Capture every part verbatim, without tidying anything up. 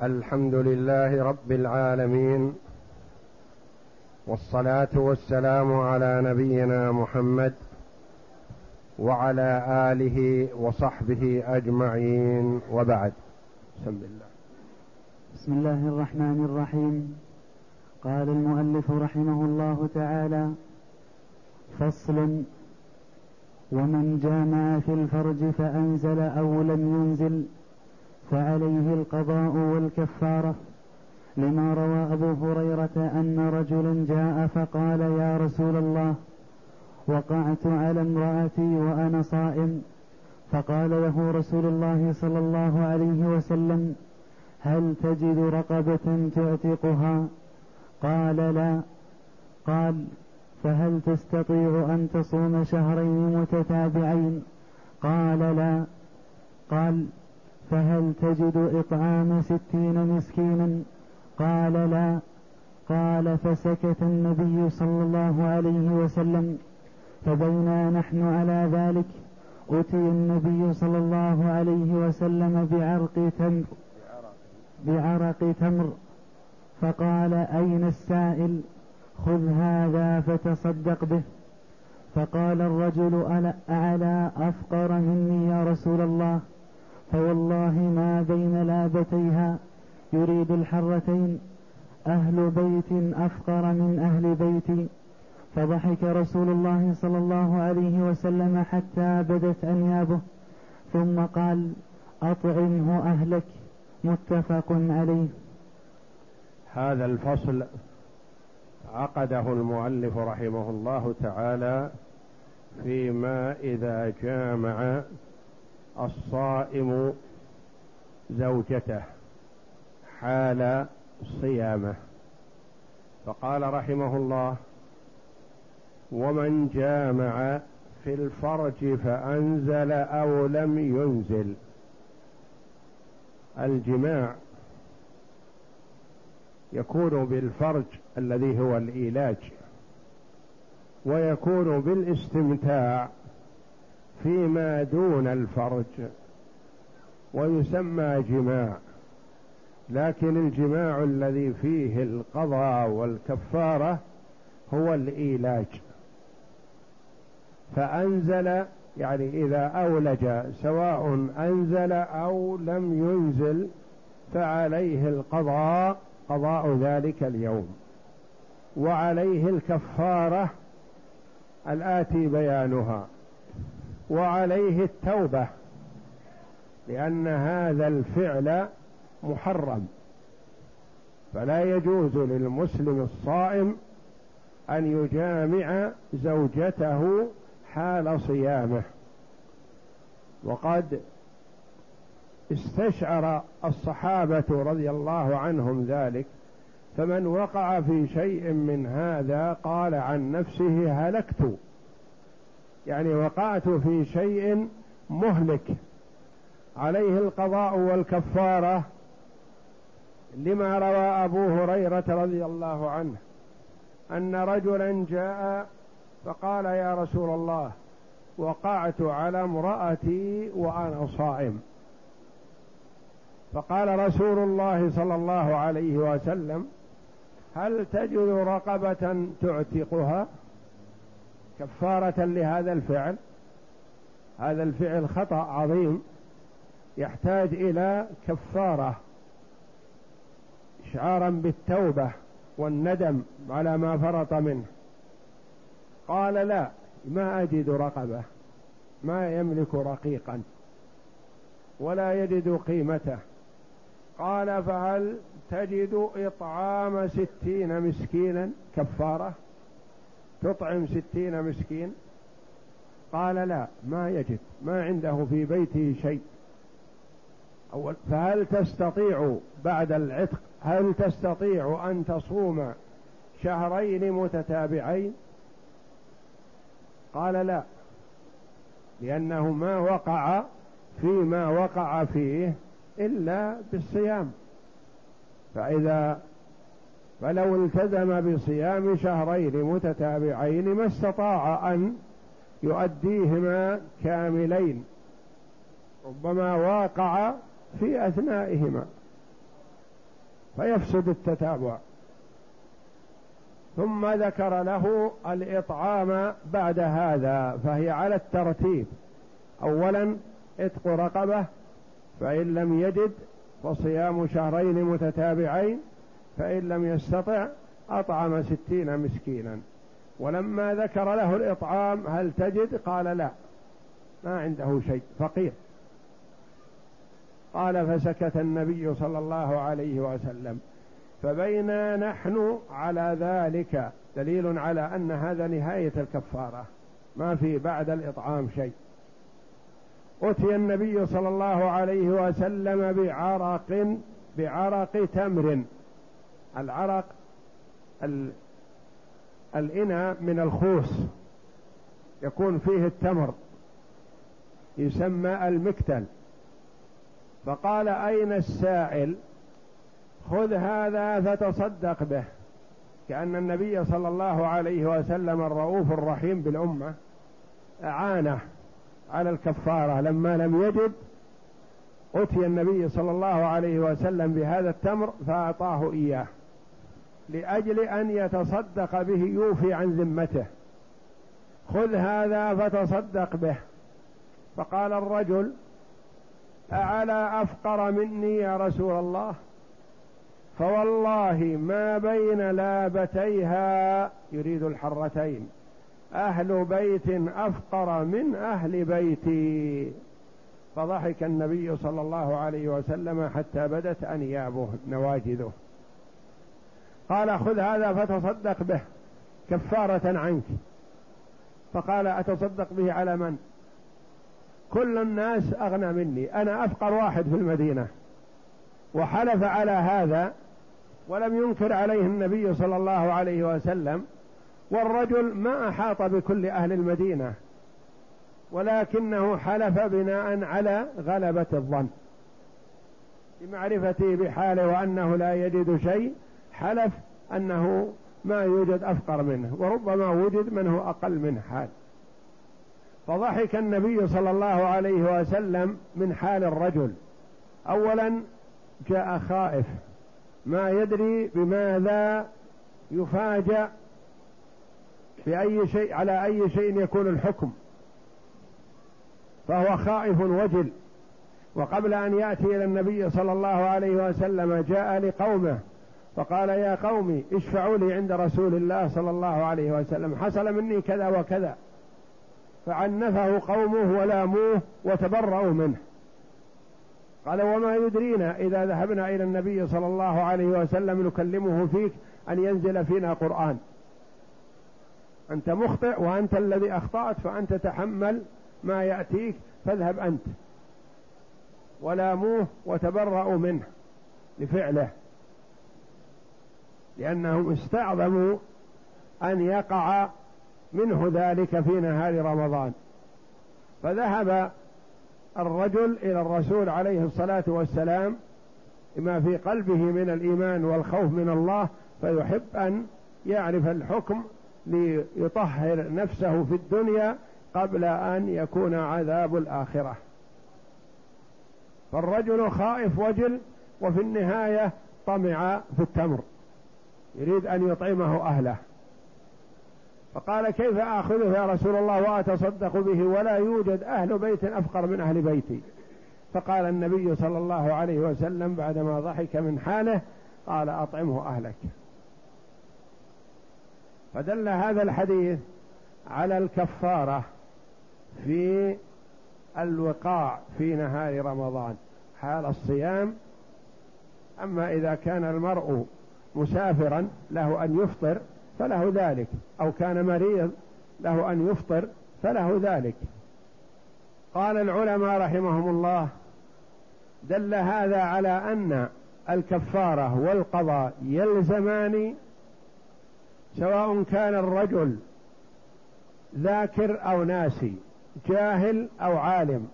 الحمد لله رب العالمين، والصلاة والسلام على نبينا محمد وعلى آله وصحبه أجمعين، وبعد. بسم الله بسم الله الرحمن الرحيم. قال المؤلف رحمه الله تعالى: فصل: ومن جامع في الفرج فأنزل أو لم ينزل فعليه القضاء والكفارة، لما روى أبو هريرة أن رجلا جاء فقال: يا رسول الله، وقعت على امرأتي وأنا صائم. فقال له رسول الله صلى الله عليه وسلم: هل تجد رقبة تعتقها؟ قال: لا. قال: فهل تستطيع أن تصوم شهرين متتابعين؟ قال: لا. قال: فهل تجد إطعام ستين مسكينا؟ قال: لا. قال: فسكت النبي صلى الله عليه وسلم. فبينا نحن على ذلك أتي النبي صلى الله عليه وسلم بعرق تمر بعرق تمر فقال: أين السائل؟ خذ هذا فتصدق به. فقال الرجل: أعلى أفقر مني يا رسول الله؟ فوالله ما بين لابتيها، يريد الحرتين، أهل بيت أفقر من أهل بيتي. فضحك رسول الله صلى الله عليه وسلم حتى بدت أنيابه، ثم قال: أطعمه أهلك. متفق عليه. هذا الفصل عقده المؤلف رحمه الله تعالى فيما إذا جامع الصائم زوجته حال صيامه. فقال رحمه الله: ومن جامع في الفرج فأنزل أو لم ينزل. الجماع يكون بالفرج الذي هو الإيلاج، ويكون بالاستمتاع فيما دون الفرج ويسمى جماع. لكن الجماع الذي فيه القضاء والكفارة هو الإيلاج. فأنزل يعني إذا أولج، سواء أنزل أو لم ينزل، فعليه القضاء، قضاء ذلك اليوم، وعليه الكفارة الآتي بيانها، وعليه التوبة، لأن هذا الفعل محرم. فلا يجوز للمسلم الصائم أن يجامع زوجته حال صيامه. وقد استشعر الصحابة رضي الله عنهم ذلك، فمن وقع في شيء من هذا قال عن نفسه: هلكت، يعني وقعت في شيء مهلك، عليه القضاء والكفارة، لما روى أبو هريرة رضي الله عنه أن رجلا جاء فقال: يا رسول الله، وقعت على امرأتي وأنا صائم. فقال رسول الله صلى الله عليه وسلم: هل تجد رقبة تعتقها؟ كفارة لهذا الفعل. هذا الفعل خطأ عظيم يحتاج إلى كفارة، إشعارا بالتوبة والندم على ما فرط منه. قال: لا، ما أجد رقبة، ما يملك رقيقا ولا يجد قيمته. قال: فهل تجد إطعام ستين مسكينا؟ كفارة تطعم ستين مسكين؟ قال: لا، ما يجد، ما عنده في بيته شيء. أول: فهل تستطيع بعد العتق، هل تستطيع أن تصوم شهرين متتابعين؟ قال: لا، لأنه ما وقع فيما وقع فيه إلا بالصيام. فإذا فلو التزم بصيام شهرين متتابعين ما استطاع أن يؤديهما كاملين، ربما واقع في أثنائهما. فيفسد التتابع. ثم ذكر له الإطعام بعد هذا، فهي على الترتيب: أولا عتق رقبة، فإن لم يجد فصيام شهرين متتابعين، فإن لم يستطع أطعم ستين مسكينا. ولما ذكر له الإطعام هل تجد؟ قال لا، ما عنده شيء، فقير. قال فسكت النبي صلى الله عليه وسلم. فبينا نحن على ذلك دليل على أن هذا نهاية الكفارة، ما في بعد الإطعام شيء. أتي النبي صلى الله عليه وسلم بعرق بعرق تمر. العرق الإناء من الخوص يكون فيه التمر، يسمى المكتل. فقال: أين السائل؟ خذ هذا فتصدق به. كأن النبي صلى الله عليه وسلم الرؤوف الرحيم بالأمة أعانه على الكفارة. لما لم يجد أتي النبي صلى الله عليه وسلم بهذا التمر فأعطاه إياه لأجل أن يتصدق به، يوفي عن ذمته. خذ هذا فتصدق به. فقال الرجل: أعلى أفقر مني يا رسول الله؟ فوالله ما بين لابتيها، يريد الحرتين، أهل بيت أفقر من أهل بيتي. فضحك النبي صلى الله عليه وسلم حتى بدت أنيابه نواجذه. قال: خذ هذا فتصدق به كفارة عنك. فقال: أتصدق به على من؟ كل الناس أغنى مني، أنا أفقر واحد في المدينة. وحلف على هذا ولم ينكر عليه النبي صلى الله عليه وسلم. والرجل ما أحاط بكل أهل المدينة، ولكنه حلف بناء على غلبة الظن، بمعرفته بحاله وأنه لا يجد شيء، حلف أنه ما يوجد أفقر منه، وربما وجد من هو أقل منه حال. فضحك النبي صلى الله عليه وسلم من حال الرجل. أولا جاء خائف، ما يدري بماذا يفاجأ، بأي شيء، على أي شيء يكون الحكم، فهو خائف وجل. وقبل أن يأتي إلى النبي صلى الله عليه وسلم جاء لقومه فقال: يا قوم اشفعوا لي عند رسول الله صلى الله عليه وسلم، حصل مني كذا وكذا. فعنفه قومه ولاموه وتبرأوا منه. قال: وما يدرينا إذا ذهبنا إلى النبي صلى الله عليه وسلم نكلمه فيك أن ينزل فينا قرآن؟ أنت مخطئ وأنت الذي أخطأت، فأنت تحمل ما يأتيك، فاذهب أنت. ولاموه وتبرأوا منه لفعله، لأنهم استعظموا أن يقع منه ذلك في نهار رمضان. فذهب الرجل إلى الرسول عليه الصلاة والسلام بما في قلبه من الإيمان والخوف من الله، فيحب أن يعرف الحكم ليطهر نفسه في الدنيا قبل أن يكون عذاب الآخرة. فالرجل خائف وجل، وفي النهاية طمع في التمر، يريد أن يطعمه أهله. فقال: كيف آخذه يا رسول الله وأتصدق به ولا يوجد أهل بيت أفقر من أهل بيتي؟ فقال النبي صلى الله عليه وسلم بعدما ضحك من حاله، قال: أطعمه أهلك. فدل هذا الحديث على الكفارة في الوقاع في نهار رمضان حال الصيام. أما إذا كان المرء مسافرا له أن يفطر فله ذلك، أو كان مريض له أن يفطر فله ذلك. قال العلماء رحمهم الله: دل هذا على أن الكفارة والقضاء يلزمان، سواء كان الرجل ذاكر أو ناسي، جاهل أو عالم،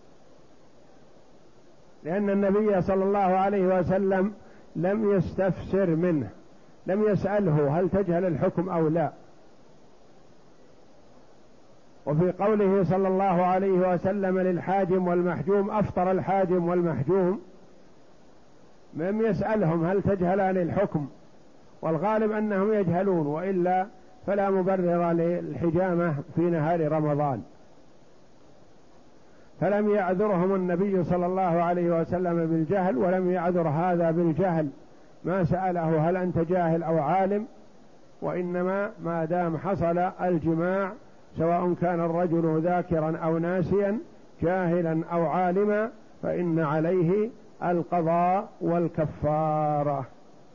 لأن النبي صلى الله عليه وسلم لم يستفسر منه، لم يسأله هل تجهل الحكم أو لا. وفي قوله صلى الله عليه وسلم للحاجم والمحجوم: أفطر الحاجم والمحجوم، من يسألهم هل تجهلان الحكم، والغالب أنهم يجهلون، وإلا فلا مبرر للحجامة في نهار رمضان. فلم يعذرهم النبي صلى الله عليه وسلم بالجهل، ولم يعذر هذا بالجهل، ما سأله هل أنت جاهل أو عالم، وإنما ما دام حصل الجماع سواء كان الرجل ذاكرا أو ناسيا جاهلا أو عالما فإن عليه القضاء والكفارة.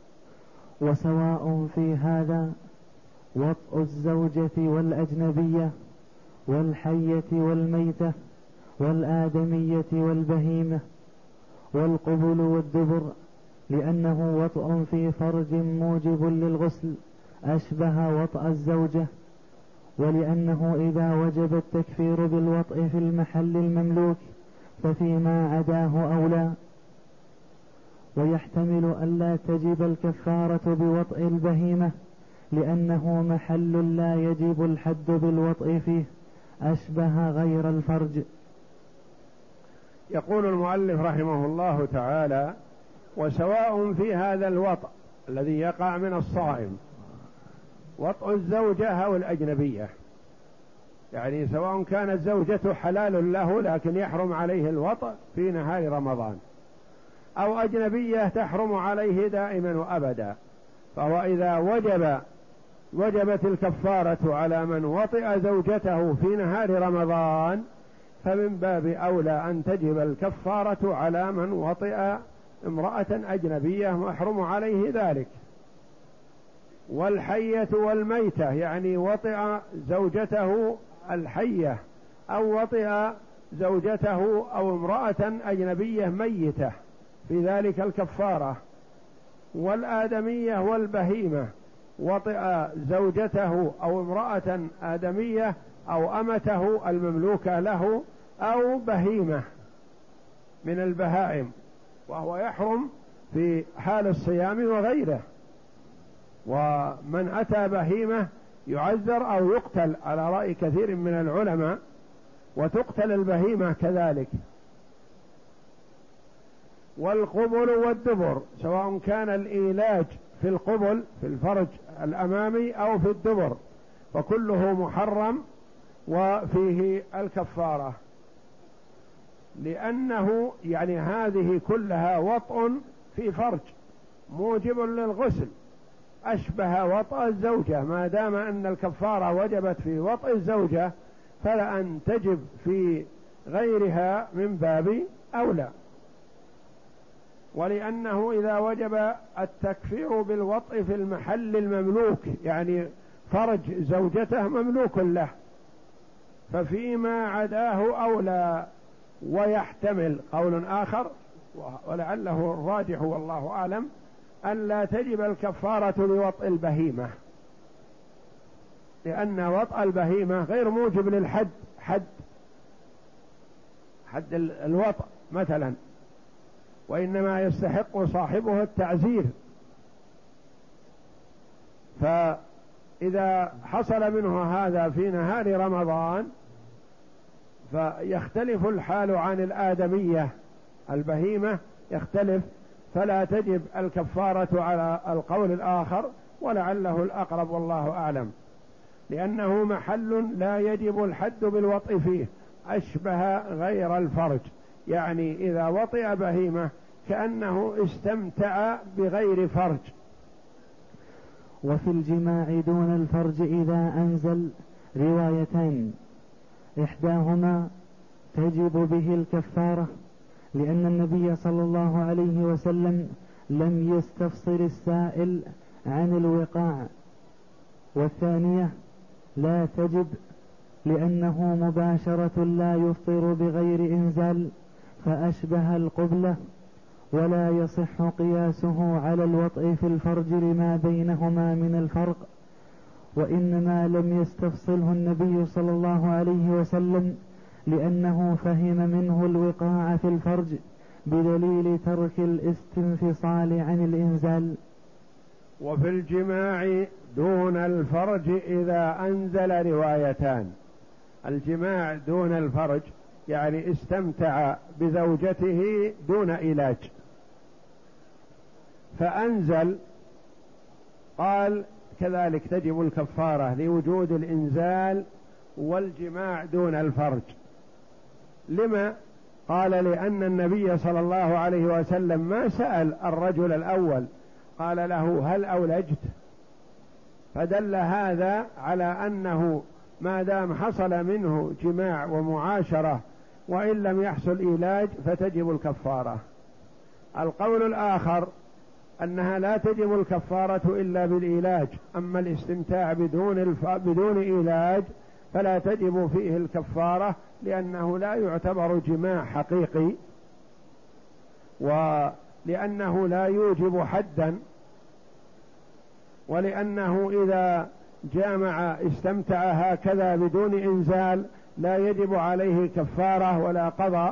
وسواء في هذا وطء الزوجة والأجنبية والحية والميتة والآدمية والبهيمة والقبل والدبر، لأنه وطء في فرج موجب للغسل أشبه وطأ الزوجة، ولأنه إذا وجب التكفير بالوطء في المحل المملوك ففيما عداه أولى. ويحتمل ألا تجب الكفارة بوطء البهيمة لأنه محل لا يجب الحد بالوطء فيه أشبه غير الفرج. يقول المؤلف رحمه الله تعالى: وسواء في هذا الوطء الذي يقع من الصائم وطء الزوجة أو الأجنبية، يعني سواء كانت زوجته حلال له لكن يحرم عليه الوطء في نهار رمضان، أو أجنبية تحرم عليه دائما وأبدا، فهو إذا وجب وجبت الكفارة على من وطئ زوجته في نهار رمضان فمن باب أولى أن تجب الكفارة على من وطئ امرأة أجنبية محرم عليه ذلك. والحية والميتة، يعني وطئ زوجته الحية أو وطئ زوجته أو امرأة أجنبية ميتة في ذلك الكفارة. والآدمية والبهيمة، وطئ زوجته أو امرأة آدمية أو أمته المملوكة له أو بهيمة من البهائم، وهو يحرم في حال الصيام وغيره. ومن أتى بهيمة يعذر أو يقتل على رأي كثير من العلماء، وتقتل البهيمة كذلك. والقبل والدبر، سواء كان الإيلاج في القبل في الفرج الأمامي أو في الدبر فكله محرم وفيه الكفارة، لأنه يعني هذه كلها وطء في فرج موجب للغسل أشبه وطأ الزوجة، ما دام أن الكفارة وجبت في وطأ الزوجة فلأن تجب في غيرها من باب أولى. ولأنه إذا وجب التكفير بالوطء في المحل المملوك، يعني فرج زوجته مملوك له، ففيما عداه أولى. ويحتمل قول آخر ولعله الراجح والله أعلم أن لا تجب الكفارة لوطء البهيمة، لأن وطء البهيمة غير موجب للحد، حد حد الوطء مثلا، وإنما يستحق صاحبه التعزير. فإذا حصل منه هذا في نهار رمضان فيختلف الحال عن الآدمية، البهيمة يختلف، فلا تجب الكفارة على القول الآخر، ولعله الأقرب والله أعلم، لأنه محل لا يجب الحد بالوطء فيه أشبه غير الفرج، يعني إذا وطئ بهيمة كأنه استمتع بغير فرج. وفي الجماع دون الفرج إذا أنزل روايتان، إحداهما تجب به الكفارة لأن النبي صلى الله عليه وسلم لم يستفصل السائل عن الوقاع، والثانية لا تجب لأنه مباشرة لا يفطر بغير إنزال فأشبه القبلة، ولا يصح قياسه على الوطء في الفرج لما بينهما من الفرق، وإنما لم يستفصله النبي صلى الله عليه وسلم لأنه فهم منه الوقاع في الفرج بدليل ترك الاستنفصال عن الإنزال. وفي الجماع دون الفرج إذا أنزل روايتان، الجماع دون الفرج يعني استمتع بزوجته دون علاج، فأنزل قال كذلك تجب الكفارة لوجود الإنزال والجماع دون الفرج. لما؟ قال لأن النبي صلى الله عليه وسلم ما سأل الرجل الأول قال له هل أولجت؟ فدل هذا على أنه ما دام حصل منه جماع ومعاشرة وإن لم يحصل إيلاج فتجب الكفارة. القول الآخر أنها لا تجب الكفارة إلا بالإيلاج، أما الاستمتاع بدون الف... بدون إيلاج فلا تجب فيه الكفارة، لأنه لا يعتبر جماع حقيقي، ولأنه لا يوجب حدا، ولأنه إذا جامع استمتع هكذا بدون إنزال لا يجب عليه كفارة ولا قضاء،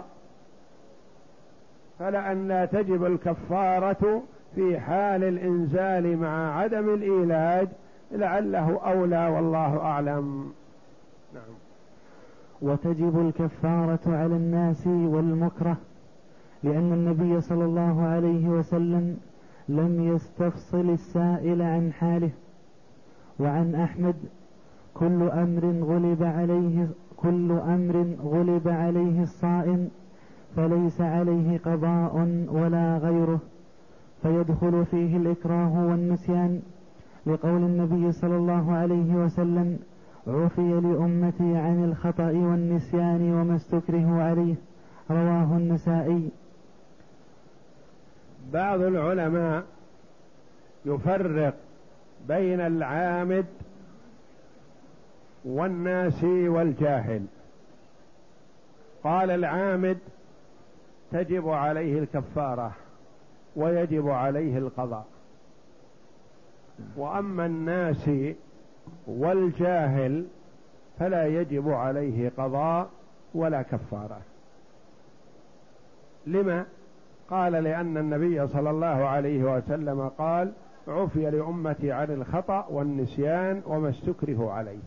فلأن لا تجب الكفارة في حال الإنزال مع عدم الإيلاج لعله أولى والله أعلم. نعم. وتجب الكفارة على الناس والمكره، لأن النبي صلى الله عليه وسلم لم يستفصل السائل عن حاله. وعن أحمد كل أمر غلب عليه كل أمر غلب عليه الصائم فليس عليه قضاء ولا غيره، فيدخل فيه الإكراه والنسيان، لقول النبي صلى الله عليه وسلم عفي لأمتي عن الخطأ والنسيان وما استكره عليه، رواه النسائي. بعض العلماء يفرق بين العامد والناسي والجاهل. قال العامد تجب عليه الكفارة ويجب عليه القضاء، وأما الناسي والجاهل فلا يجب عليه قضاء ولا كفارة. لما؟ قال لأن النبي صلى الله عليه وسلم قال عفي لأمتي عن الخطأ والنسيان وما استكره عليه،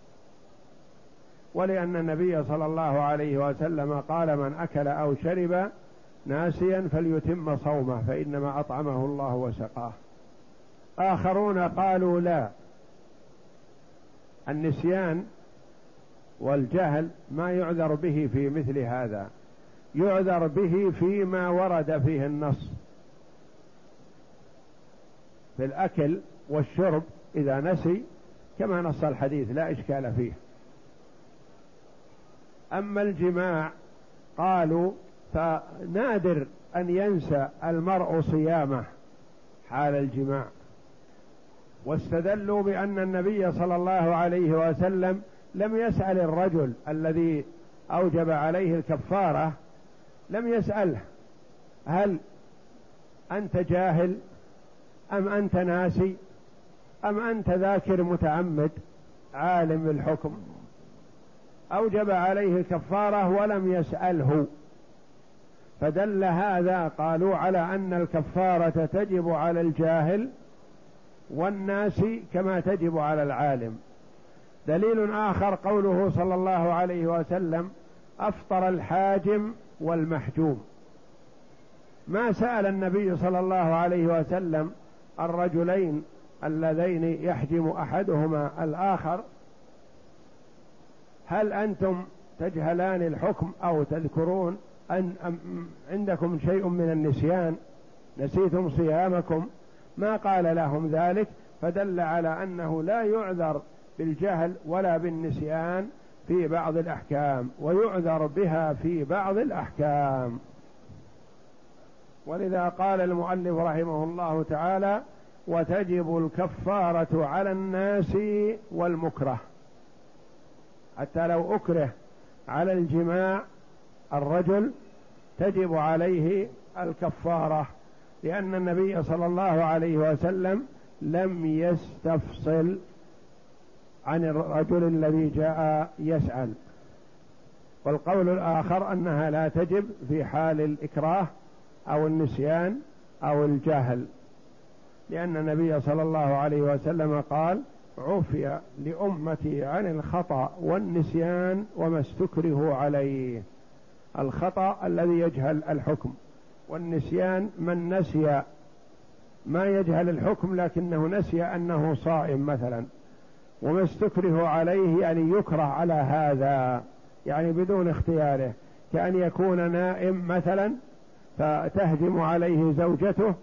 ولأن النبي صلى الله عليه وسلم قال من أكل أو شرب ناسيا فليتم صومه فإنما أطعمه الله وسقاه. آخرون قالوا لا، النسيان والجهل ما يعذر به في مثل هذا، يعذر به فيما ورد فيه النص في الأكل والشرب إذا نسي كما نص الحديث لا إشكال فيه. أما الجماع قالوا فنادر أن ينسى المرء صيامه حال الجماع، واستدلوا بأن النبي صلى الله عليه وسلم لم يسأل الرجل الذي أوجب عليه الكفارة، لم يسأله هل أنت جاهل أم أنت ناسي أم أنت ذاكر متعمد عالم بالحكم، أوجب عليه الكفارة ولم يسأله، فدل هذا قالوا على أن الكفارة تجب على الجاهل والناسي كما تجب على العالم. دليل آخر قوله صلى الله عليه وسلم أفطر الحاجم والمحجوم، ما سأل النبي صلى الله عليه وسلم الرجلين اللذين يحجم أحدهما الآخر هل أنتم تجهلان الحكم أو تذكرون أن عندكم شيء من النسيان نسيتم صيامكم؟ ما قال لهم ذلك، فدل على أنه لا يعذر بالجهل ولا بالنسيان في بعض الأحكام، ويعذر بها في بعض الأحكام. ولذا قال المؤلف رحمه الله تعالى وتجب الكفارة على الناس والمكره، حتى لو أكره على الجماع الرجل تجب عليه الكفارة، لأن النبي صلى الله عليه وسلم لم يستفصل عن الرجل الذي جاء يسأل. والقول الآخر أنها لا تجب في حال الإكراه أو النسيان أو الجهل، لأن النبي صلى الله عليه وسلم قال عفي لأمتي عن الخطأ والنسيان وما استكره عليه. الخطأ الذي يجهل الحكم، والنسيان من نسي ما يجهل الحكم لكنه نسي أنه صائم مثلا، وما استكره عليه يعني يكره على هذا، يعني بدون اختياره، كأن يكون نائم مثلا فتهجم عليه زوجته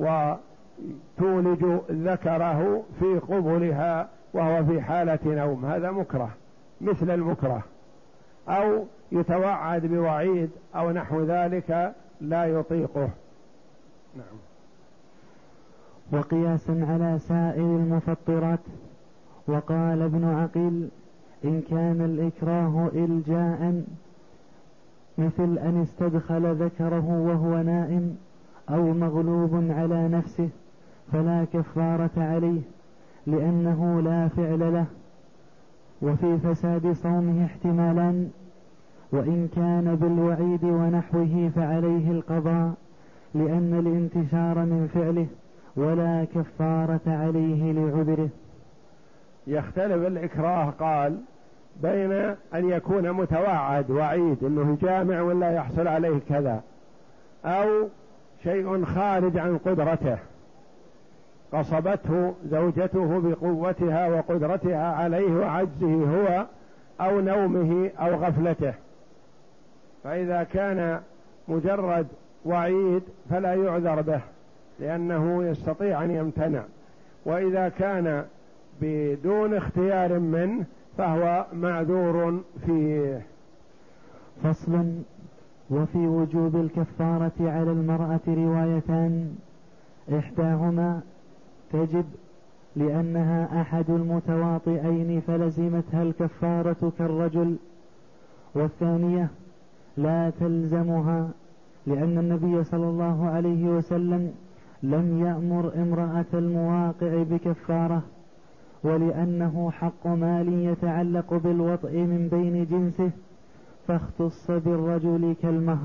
وتولج ذكره في قبلها وهو في حالة نوم، هذا مكره مثل المكره، أو يتوعد بوعيد أو نحو ذلك لا يطيقه. نعم. وقياسا على سائر المفطرات. وقال ابن عقيل: إن كان الإكراه إلجاء مثل أن استدخل ذكره وهو نائم أو مغلوب على نفسه فلا كفارة عليه، لأنه لا فعل له. وفي فساد صومه احتمالان: وإن كان بالوعيد ونحوه فعليه القضاء لأن الانتشار من فعله، ولا كفارة عليه لعذره. يختلف الإكراه قال بين أن يكون متوعد وعيد أنه جامع ولا يحصل عليه كذا، أو شيء خارج عن قدرته، قصبته زوجته بقوتها وقدرتها عليه وعجزه هو أو نومه أو غفلته، فإذا كان مجرد وعيد فلا يعذر به لأنه يستطيع أن يمتنع، وإذا كان بدون اختيار منه فهو معذور فيه. فصل. وفي وجوب الكفارة على المرأة روايتان: إحداهما تجب لأنها أحد المتواطئين فلزمتها الكفارة كالرجل، والثانية لا تلزمها لأن النبي صلى الله عليه وسلم لم يأمر امرأة المواقع بكفارة، ولأنه حق مال يتعلق بالوطء من بين جنسه فاختص بالرجل كالمهر.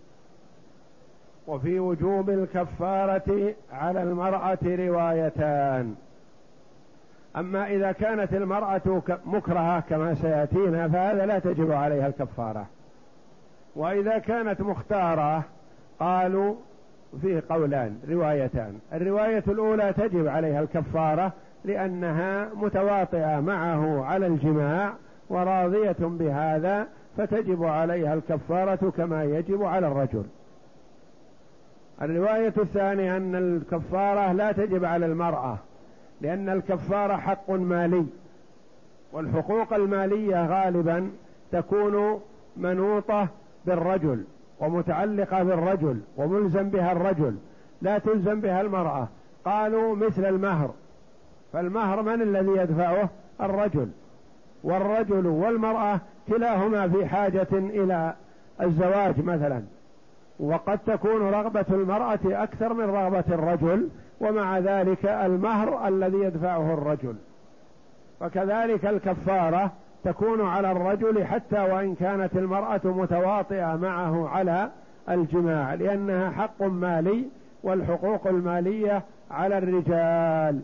وفي وجوب الكفارة على المرأة روايتان: أما إذا كانت المرأة مكرهة كما سيأتينا فهذا لا تجب عليها الكفارة، وإذا كانت مختارة قالوا فيه قولان روايتان. الرواية الأولى تجب عليها الكفارة لأنها متواطئة معه على الجماع وراضية بهذا، فتجب عليها الكفارة كما يجب على الرجل. الرواية الثانية أن الكفارة لا تجب على المرأة لأن الكفارة حق مالي، والحقوق المالية غالبا تكون منوطة بالرجل ومتعلقة بالرجل وملزم بها الرجل، لا تلزم بها المرأة. قالوا مثل المهر، فالمهر من الذي يدفعه؟ الرجل، والرجل والمرأة كلاهما في حاجة إلى الزواج مثلا، وقد تكون رغبة المرأة أكثر من رغبة الرجل، ومع ذلك المهر الذي يدفعه الرجل. فكذلك الكفارة تكون على الرجل حتى وإن كانت المرأة متواطئة معه على الجماع، لأنها حق مالي والحقوق المالية على الرجال.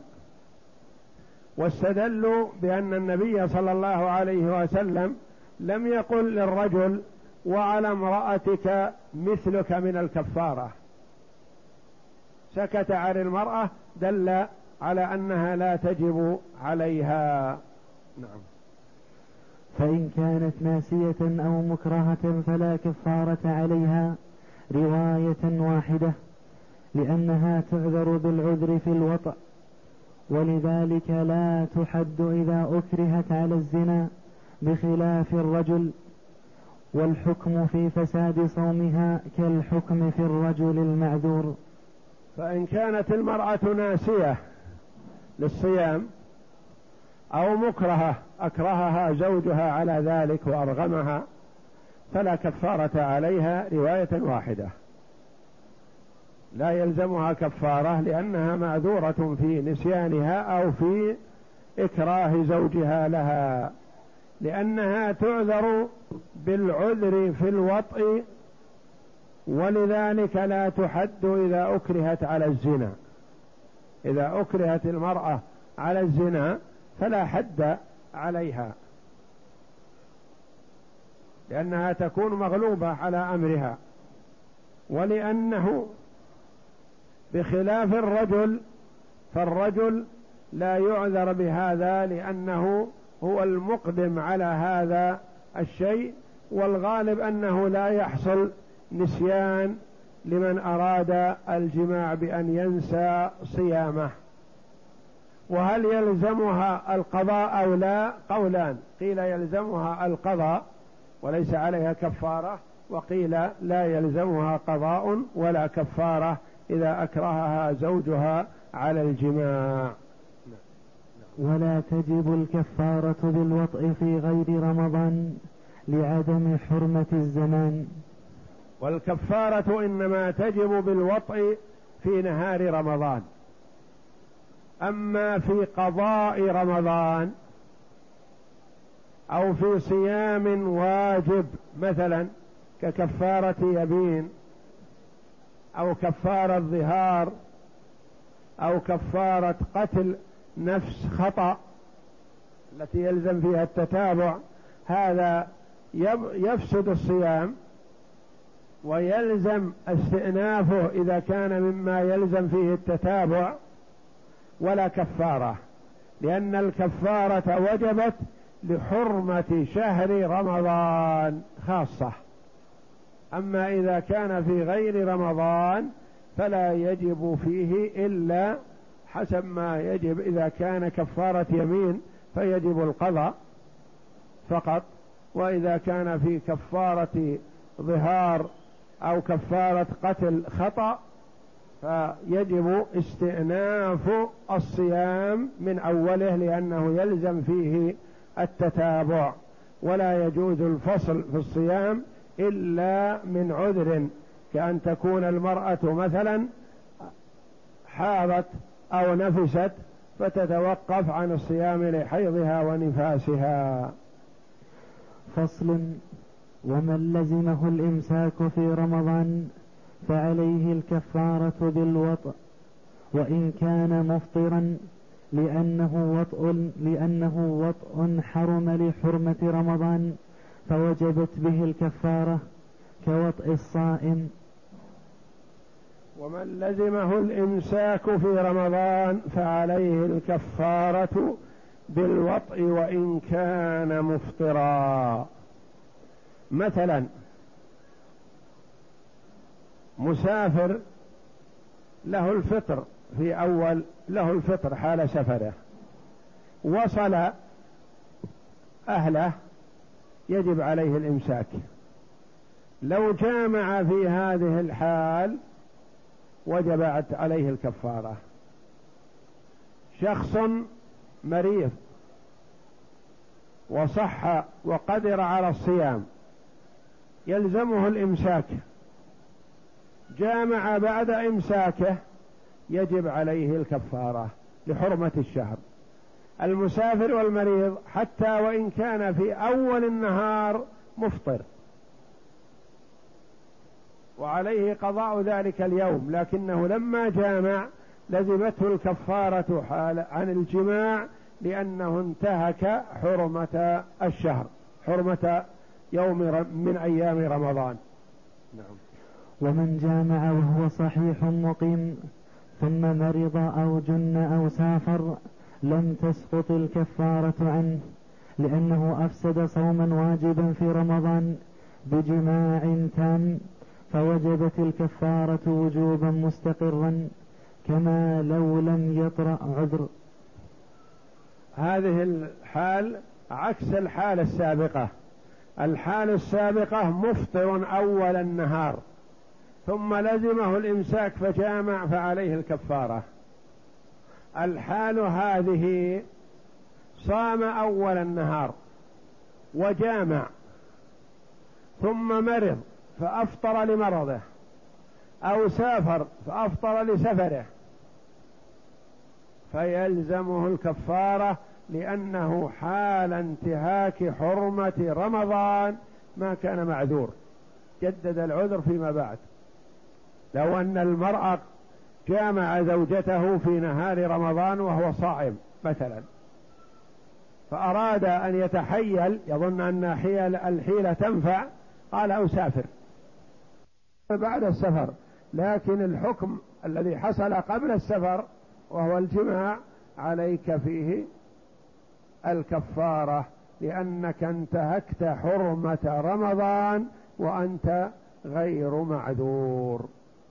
واستدلوا بأن النبي صلى الله عليه وسلم لم يقل للرجل وعلى امرأتك مثلك من الكفارة، سكت عن المرأة، دل على أنها لا تجب عليها. نعم. فإن كانت ناسية أو مكرهة فلا كفارة عليها رواية واحدة، لأنها تعذر بالعذر في الوطأ، ولذلك لا تحد إذا أكرهت على الزنا بخلاف الرجل، والحكم في فساد صومها كالحكم في الرجل المعذور. فإن كانت المرأة ناسية للصيام أو مكرهة أكرهها زوجها على ذلك وأرغمها فلا كفارة عليها رواية واحدة، لا يلزمها كفارة لأنها معذورة في نسيانها أو في إكراه زوجها لها، لأنها تعذر بالعذر في الوطء، ولذلك لا تحد إذا أكرهت على الزنا. إذا أكرهت المرأة على الزنا فلا حد عليها، لأنها تكون مغلوبة على أمرها، ولأنه بخلاف الرجل، فالرجل لا يعذر بهذا لأنه هو المقدم على هذا الشيء، والغالب أنه لا يحصل نسيان لمن أراد الجماع بأن ينسى صيامه. وهل يلزمها القضاء أو لا؟ قولان، قيل يلزمها القضاء وليس عليها كفارة، وقيل لا يلزمها قضاء ولا كفارة إذا أكرهها زوجها على الجماع. ولا تجب الكفارة بالوطء في غير رمضان لعدم حرمة الزمان. والكفارة إنما تجب بالوطء في نهار رمضان، أما في قضاء رمضان أو في صيام واجب مثلا ككفارة يمين أو كفارة ظهار أو كفارة قتل نفس خطأ التي يلزم فيها التتابع، هذا يفسد الصيام ويلزم استئنافه إذا كان مما يلزم فيه التتابع، ولا كفارة، لأن الكفارة وجبت لحرمة شهر رمضان خاصة. أما إذا كان في غير رمضان فلا يجب فيه إلا حسب ما يجب. إذا كان كفارة يمين فيجب القضاء فقط، وإذا كان في كفارة ظهار أو كفارة قتل خطأ فيجب استئناف الصيام من أوله لأنه يلزم فيه التتابع، ولا يجوز الفصل في الصيام إلا من عذر، كأن تكون المرأة مثلا حاضت أو نفست فتتوقف عن الصيام لحيضها ونفاسها. فصل. ومن لزمه الإمساك في رمضان فعليه الكفارة بالوطء وإن كان مفطرا، لأنه وطء لأنه وطء حرم لحرمة رمضان فوجبت به الكفارة كوطء الصائم. ومن لزمه الإمساك في رمضان فعليه الكفارة بالوطء وإن كان مفطرا. مثلا مسافر له الفطر في أول له الفطر حال سفره، وصل أهله يجب عليه الإمساك. لو جامع في هذه الحال وجبت عليه الكفارة. شخص مريض وصح وقدر على الصيام يلزمه الإمساك، جامع بعد إمساكه يجب عليه الكفارة لحرمة الشهر. المسافر والمريض حتى وإن كان في أول النهار مفطر وعليه قضاء ذلك اليوم، لكنه لما جامع لزمته الكفارة حال عن الجماع لأنه انتهك حرمة الشهر، حرمة يوم من أيام رمضان. نعم. ومن جامع وهو صحيح مقيم ثم مرض أو جن أو سافر لم تسقط الكفارة عنه، لأنه أفسد صوما واجبا في رمضان بجماع تام، فوجبت الكفارة وجوبا مستقرا كما لو لم يطرأ عذر. هذه الحال عكس الحال السابقة. الحال السابقة مفطر أول النهار ثم لزمه الإمساك فجامع فعليه الكفارة. الحال هذه صام أول النهار وجامع ثم مرض فأفطر لمرضه أو سافر فأفطر لسفره، فيلزمه الكفارة لأنه حال انتهاك حرمة رمضان ما كان معذور، جدد العذر فيما بعد. لو أن المرأة جامع زوجته في نهار رمضان وهو صائم مثلا، فأراد أن يتحيل يظن أن حيل الحيلة تنفع، قال أسافر بعد السفر، لكن الحكم الذي حصل قبل السفر وهو الجماع عليك فيه الكفارة، لأنك انتهكت حرمة رمضان وأنت غير معذور.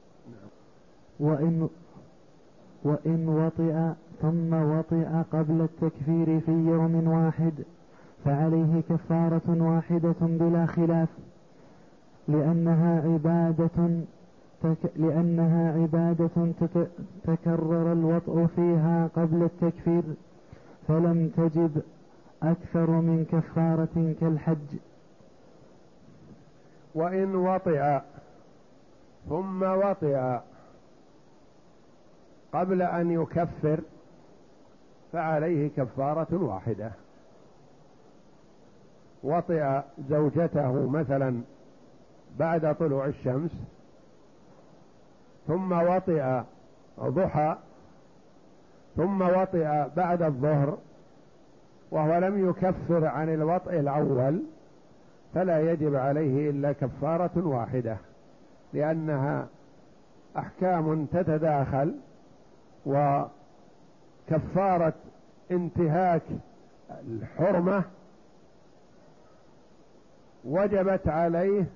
وإن وإن وطئ ثم وطئ قبل التكفير في يوم واحد فعليه كفارة واحدة بلا خلاف، لأنها عبادة تك لأنها عبادة تكرر الوطء فيها قبل التكفير، فلم تجب أكثر من كفارة كالحج. وإن وطئ ثم وطئ قبل أن يكفر فعليه كفارة واحدة. وطئ زوجته مثلا بعد طلوع الشمس، ثم وطئ ضحى، ثم وطئ بعد الظهر وهو لم يكفر عن الوطئ الأول، فلا يجب عليه إلا كفارة واحدة، لأنها أحكام تتداخل، وكفارة انتهاك الحرمة وجبت عليه،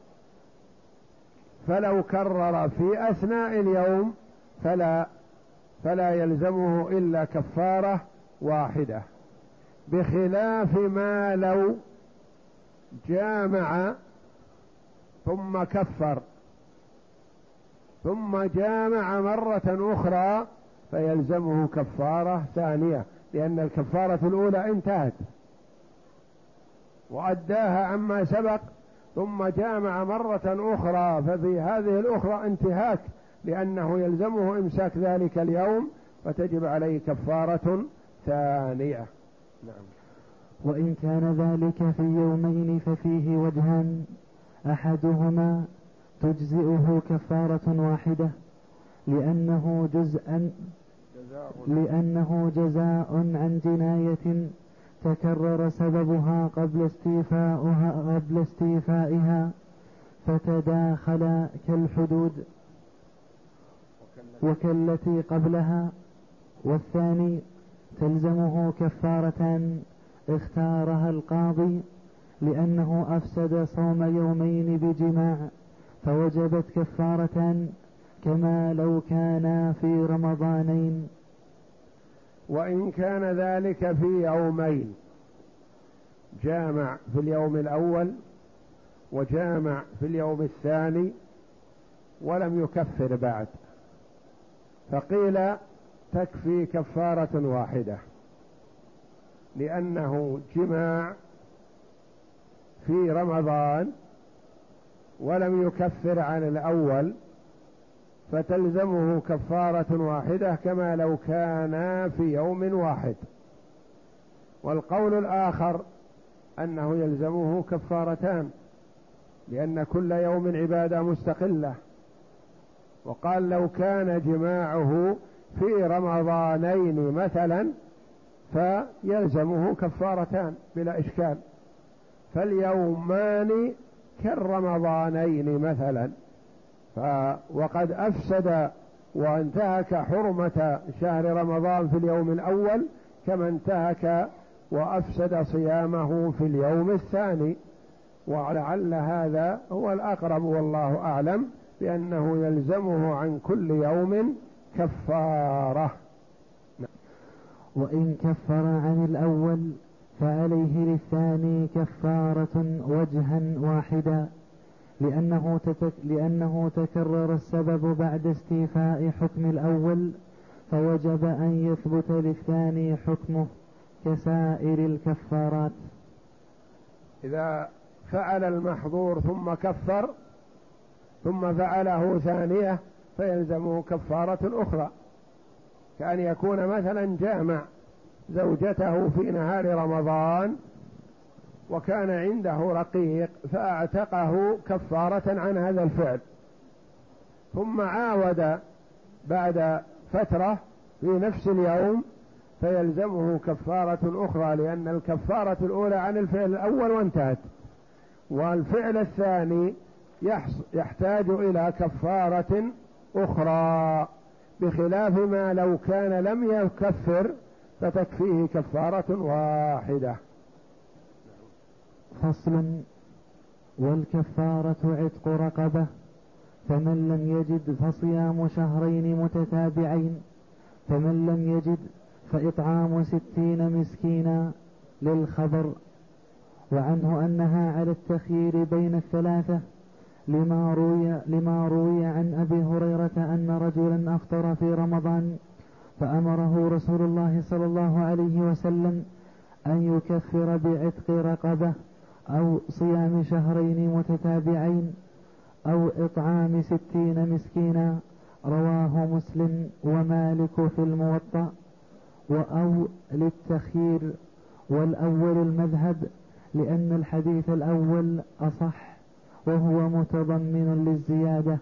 فلو كرر في أثناء اليوم فلا فلا يلزمه إلا كفارة واحدة، بخلاف ما لو جامع ثم كفر ثم جامع مرة أخرى فيلزمه كفارة ثانية، لأن الكفارة الأولى انتهت وأداها عما سبق، ثم جامع مرة أخرى ففي هذه الأخرى انتهاك، لأنه يلزمه إمساك ذلك اليوم، فتجب عليه كفارة ثانية. نعم. وإن كان ذلك في يومين ففيه وجهان، أحدهما تجزئه كفارة واحدة لأنه جزءا لأنه جزاء عن جناية تكرر سببها قبل استيفائها قبل استيفائها فتداخل كالحدود وكالتي قبلها. والثاني تلزمه كفارة اختارها القاضي لأنه أفسد صوم يومين بجماع، فوجبت كفارة كما لو كان في رمضانين. وإن كان ذلك في يومين، جامع في اليوم الأول وجامع في اليوم الثاني ولم يكفر بعد، فقيل تكفي كفارة واحدة، لأنه جماع في رمضان ولم يكفر عن الأول، فتلزمه كفارة واحدة كما لو كان في يوم واحد. والقول الآخر أنه يلزمه كفارتان، لأن كل يوم عبادة مستقلة. وقال لو كان جماعه في رمضانين مثلا فيلزمه كفارتان بلا إشكال، فاليومان كالرمضانين مثلا، ف وقد أفسد وانتهك حرمة شهر رمضان في اليوم الأول كما انتهك وأفسد صيامه في اليوم الثاني. ولعل هذا هو الأقرب والله أعلم، بأنه يلزمه عن كل يوم كفارة. وإن كفر عن الأول فعليه للثاني كفارة وجها واحدا، لأنه, تتك لأنه تكرر السبب بعد استيفاء حكم الأول، فوجب أن يثبت للثاني حكمه كسائر الكفارات. إذا فعل المحظور ثم كفر ثم فعله ثانية فيلزمه كفارة أخرى، كأن يكون مثلا جامع زوجته في نهار رمضان وكان عنده رقيق فأعتقه كفارة عن هذا الفعل، ثم عاود بعد فترة في نفس اليوم فيلزمه كفارة أخرى، لأن الكفارة الأولى عن الفعل الأول وانتهت، والفعل الثاني يحتاج إلى كفارة أخرى، بخلاف ما لو كان لم يكفر فتكفيه كفارة واحدة. فصل. والكفارة عتق رقبة، فمن لم يجد فصيام شهرين متتابعين، فمن لم يجد فإطعام ستين مسكينا للخبر. وعنه أنها على التخيير بين الثلاثة، لما روي, لما روي عن أبي هريرة أن رجلا أفطر في رمضان فأمره رسول الله صلى الله عليه وسلم أن يكفر بعتق رقبة أو صيام شهرين متتابعين أو إطعام ستين مسكينا. رواه مسلم ومالك في الموطأ. وأو للتخيير، والأول المذهب، لأن الحديث الأول أصح وهو متضمن للزيادة.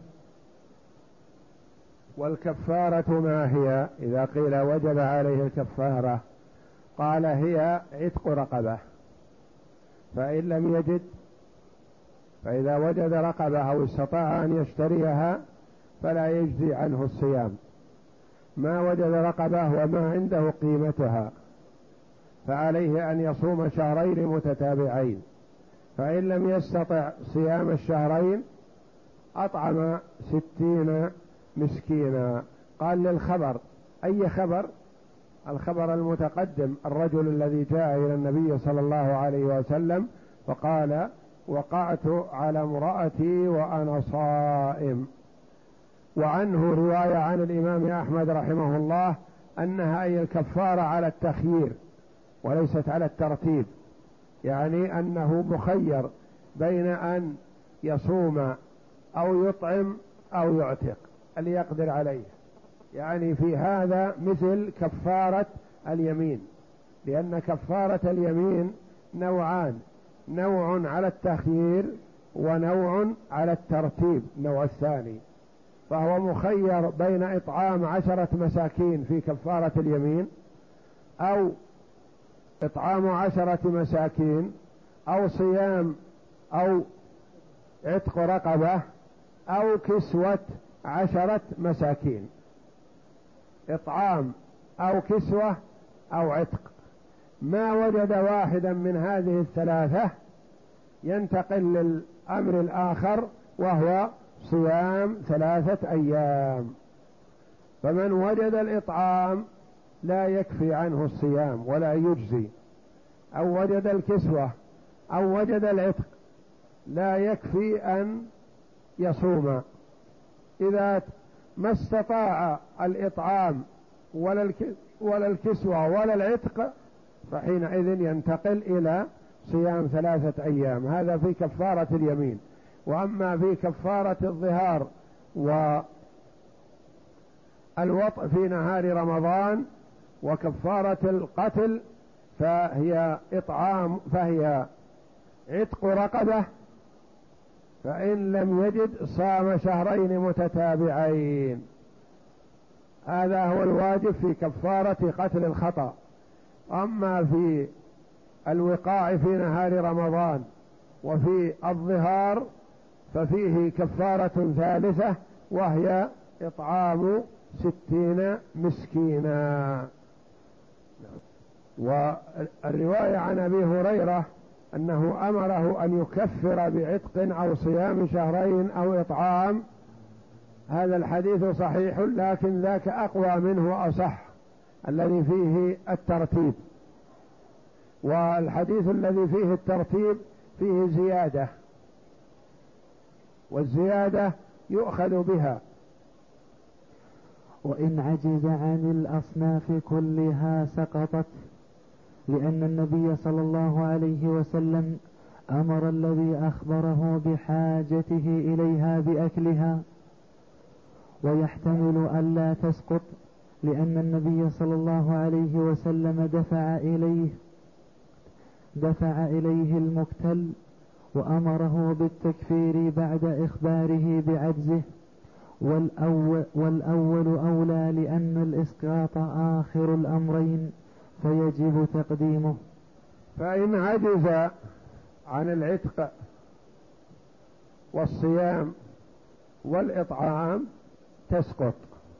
والكفارة ما هي؟ إذا قيل وجب عليه الكفارة قال هي عتق رقبة، فإن لم يجد، فإذا وجد رقبة أو استطاع أن يشتريها فلا يجزي عنه الصيام. ما وجد رقبة وما عنده قيمتها فعليه أن يصوم شهرين متتابعين، فإن لم يستطع صيام الشهرين أطعم ستين مسكينا. قال للخبر، أي خبر؟ الخبر المتقدم، الرجل الذي جاء إلى النبي صلى الله عليه وسلم فقال وقعت على امرأتي وأنا صائم. وعنه رواية عن الإمام أحمد رحمه الله أنها أي الكفارة على التخيير وليست على الترتيب، يعني أنه مخير بين أن يصوم أو يطعم أو يعتق اللي يقدر عليه. يعني في هذا مثل كفارة اليمين، لأن كفارة اليمين نوعان، نوع على التخيير ونوع على الترتيب، نوع الثاني. فهو مخير بين إطعام عشرة مساكين في كفارة اليمين، أو إطعام عشرة مساكين، أو صيام، أو عتق رقبة، أو كسوة عشرة مساكين. إطعام أو كسوة أو عتق. ما وجد واحدا من هذه الثلاثة ينتقل للأمر الآخر وهو صيام ثلاثة أيام. فمن وجد الإطعام لا يكفي عنه الصيام ولا يجزي، أو وجد الكسوة أو وجد العتق لا يكفي أن يصوم. إذا ما استطاع الإطعام ولا الكسوة ولا العتق فحينئذ ينتقل إلى صيام ثلاثة أيام. هذا في كفارة اليمين. وأما في كفارة الظهار والوطء في نهار رمضان وكفارة القتل فهي إطعام، فهي عتق رقبة، فإن لم يجد صام شهرين متتابعين. هذا هو الواجب في كفارة قتل الخطأ. أما في الوقاع في نهار رمضان وفي الظهار ففيه كفارة ثالثة وهي إطعام ستين مسكينا. والرواية عن أبي هريرة أنه أمره أن يكفر بعتق أو صيام شهرين أو إطعام. هذا الحديث صحيح، لكن ذاك أقوى منه وأصح، الذي فيه الترتيب. والحديث الذي فيه الترتيب فيه زيادة، والزيادة يؤخذ بها. وإن عجز عن الأصناف كلها سقطت، لأن النبي صلى الله عليه وسلم أمر الذي أخبره بحاجته إليها بأكلها. ويحتمل ألا تسقط، لأن النبي صلى الله عليه وسلم دفع إليه دفع إليه المقتل وأمره بالتكفير بعد إخباره بعجزه. والأول, والأول أولى، لأن الإسقاط آخر الأمرين فيجب تقديمه. فإن عجز عن العتق والصيام والإطعام تسقط،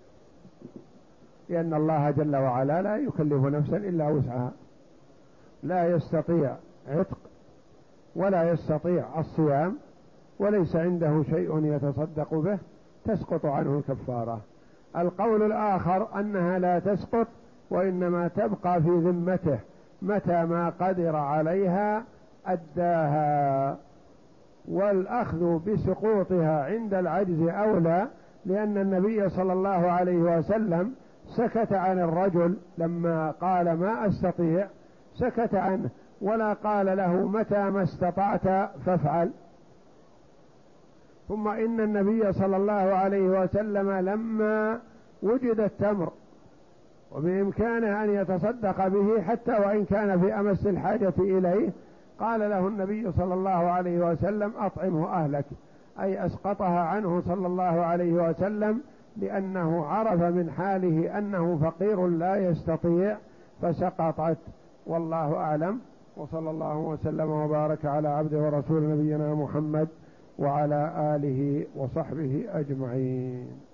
لأن الله جل وعلا لا يكلف نفسا إلا وسعها، لا يستطيع عتق ولا يستطيع الصيام وليس عنده شيء يتصدق به، تسقط عنه الكفارة. القول الآخر أنها لا تسقط وإنما تبقى في ذمته، متى ما قدر عليها أداها، والأخذ بسقوطها عند العجز أولى، لأن النبي صلى الله عليه وسلم سكت عن الرجل لما قال ما أستطيع، سكت عنه ولا قال له متى ما استطعت فافعل. ثم إن النبي صلى الله عليه وسلم لما وجد التمر وبإمكانه أن يتصدق به حتى وإن كان في أمس الحاجة إليه، قال له النبي صلى الله عليه وسلم أطعمه أهلك، أي أسقطها عنه صلى الله عليه وسلم، لأنه عرف من حاله أنه فقير لا يستطيع فسقطت. والله أعلم، وصلى الله وسلم وبارك على عبده ورسول نبينا محمد وعلى آله وصحبه أجمعين.